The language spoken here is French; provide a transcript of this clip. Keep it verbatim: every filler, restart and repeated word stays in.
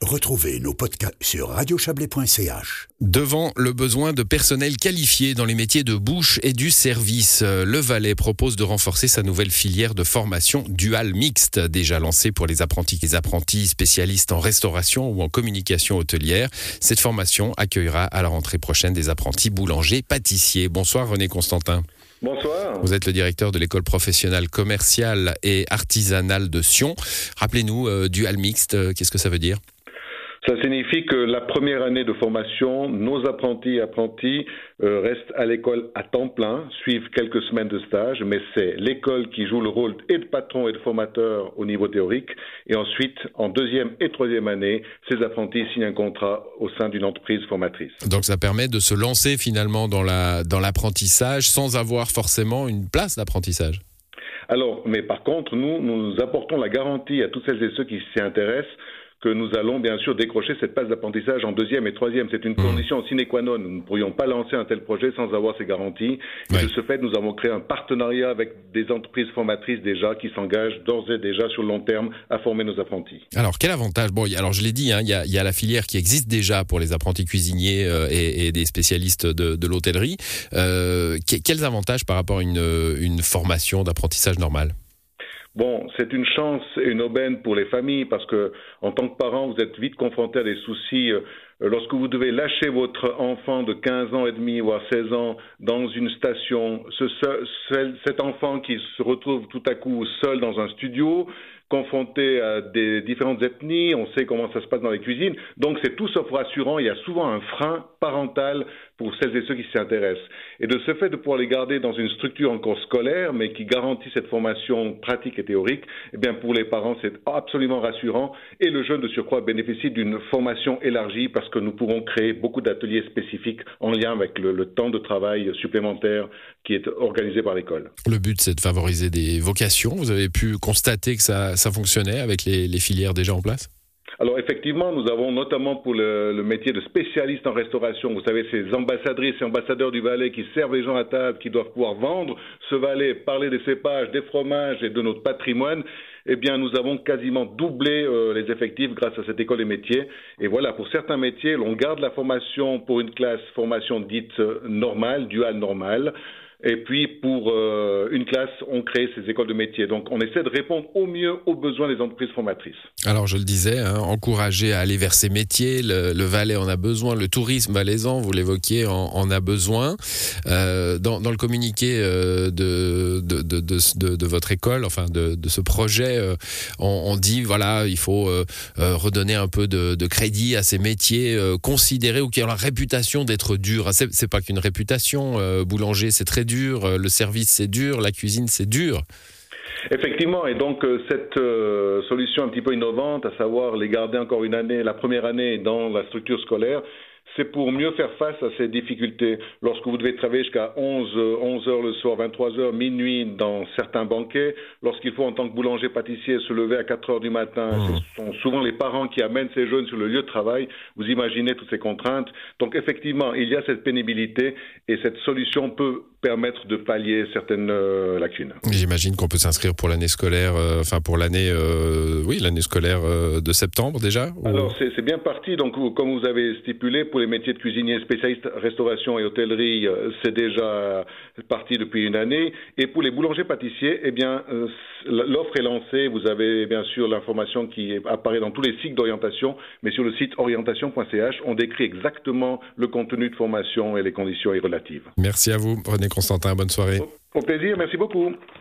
Retrouvez nos podcasts sur radio chablais point c h. Devant le besoin de personnel qualifié dans les métiers de bouche et du service, le Valais propose de renforcer sa nouvelle filière de formation duale mixte, déjà lancée pour les apprentis les apprentis spécialistes en restauration ou en communication hôtelière. Cette formation accueillera à la rentrée prochaine des apprentis boulangers pâtissiers. Bonsoir René Constantin. Bonsoir. Vous êtes le directeur de l'école professionnelle commerciale et artisanale de Sion. Rappelez-nous, euh, dual mixte, euh, qu'est-ce que ça veut dire ? Ça signifie que la première année de formation, nos apprentis et apprentis euh, restent à l'école à temps plein, suivent quelques semaines de stage, mais c'est l'école qui joue le rôle et de patron et de formateur au niveau théorique. Et ensuite, en deuxième et troisième année, ces apprentis signent un contrat au sein d'une entreprise formatrice. Donc ça permet de se lancer finalement dans la, dans l'apprentissage sans avoir forcément une place d'apprentissage. Alors, mais par contre, nous, nous apportons la garantie à toutes celles et ceux qui s'y intéressent que nous allons bien sûr décrocher cette place d'apprentissage en deuxième et troisième. C'est une mmh. condition sine qua non. Nous ne pourrions pas lancer un tel projet sans avoir ces garanties. Et ouais. de ce fait, nous avons créé un partenariat avec des entreprises formatrices déjà qui s'engagent d'ores et déjà sur le long terme à former nos apprentis. Alors, quel avantage ? Bon, alors je l'ai dit, hein, il y a, il y a la filière qui existe déjà pour les apprentis cuisiniers euh, et, et des spécialistes de, de l'hôtellerie. Euh, que, quels avantages par rapport à une, une formation d'apprentissage normale ? Bon, c'est une chance et une aubaine pour les familles parce que, en tant que parent, vous êtes vite confronté à des soucis. Euh, lorsque vous devez lâcher votre enfant de quinze ans et demi, voire seize ans, dans une station, ce, ce, cet enfant qui se retrouve tout à coup seul dans un studio, confronté à des différentes ethnies, on sait comment ça se passe dans les cuisines, donc c'est tout sauf rassurant, il y a souvent un frein parental pour celles et ceux qui s'y intéressent. Et de ce fait de pouvoir les garder dans une structure encore scolaire, mais qui garantit cette formation pratique et théorique, eh bien pour les parents c'est absolument rassurant, et le jeune de surcroît bénéficie d'une formation élargie parce que nous pourrons créer beaucoup d'ateliers spécifiques en lien avec le, le temps de travail supplémentaire qui est organisé par l'école. Le but c'est de favoriser des vocations, vous avez pu constater que ça ça fonctionnait avec les, les filières déjà en place ? Alors effectivement, nous avons notamment pour le, le métier de spécialiste en restauration, vous savez, ces ambassadrices et ambassadeurs du Valais qui servent les gens à table, qui doivent pouvoir vendre ce Valais, parler des cépages, des fromages et de notre patrimoine. Eh bien, nous avons quasiment doublé euh, les effectifs grâce à cette école des métiers. Et voilà, pour certains métiers, l'on garde la formation pour une classe formation dite euh, normale, duale normale. Et puis, pour euh, une classe, on crée ces écoles de métiers. Donc, on essaie de répondre au mieux aux besoins des entreprises formatrices. Alors, je le disais, hein, encourager à aller vers ces métiers. Le, le Valais en a besoin. Le tourisme valaisan, vous l'évoquiez, en, en a besoin. Euh, dans, dans le communiqué euh, de, de, de, de, de, de votre école, enfin de, de ce projet, euh, on, on dit, voilà, il faut euh, euh, redonner un peu de, de crédit à ces métiers euh, considérés ou qui ont la réputation d'être durs. C'est, c'est pas qu'une réputation. Euh, boulanger, c'est très dur, le service c'est dur, la cuisine c'est dur. Effectivement, et donc euh, cette euh, solution un petit peu innovante, à savoir les garder encore une année, la première année dans la structure scolaire, c'est pour mieux faire face à ces difficultés. Lorsque vous devez travailler jusqu'à onze heures le soir, vingt-trois heures, minuit dans certains banquets, lorsqu'il faut en tant que boulanger-pâtissier se lever à quatre heures du matin, mmh. ce sont souvent les parents qui amènent ces jeunes sur le lieu de travail. Vous imaginez toutes ces contraintes. Donc effectivement, il y a cette pénibilité et cette solution peut permettre de pallier certaines euh, lacunes. J'imagine qu'on peut s'inscrire pour l'année scolaire, euh, enfin pour l'année, euh, oui, l'année scolaire euh, de septembre déjà. Ou... Alors c'est, c'est bien parti. Donc comme vous avez stipulé, pour les métiers de cuisinier spécialiste restauration et hôtellerie, euh, c'est déjà parti depuis une année. Et pour les boulangers-pâtissiers, eh bien euh, l'offre est lancée. Vous avez bien sûr l'information qui apparaît dans tous les cycles d'orientation, mais sur le site orientation point c h, on décrit exactement le contenu de formation et les conditions y relatives. Merci à vous, René Constantin. Bonne soirée. Au plaisir, merci beaucoup.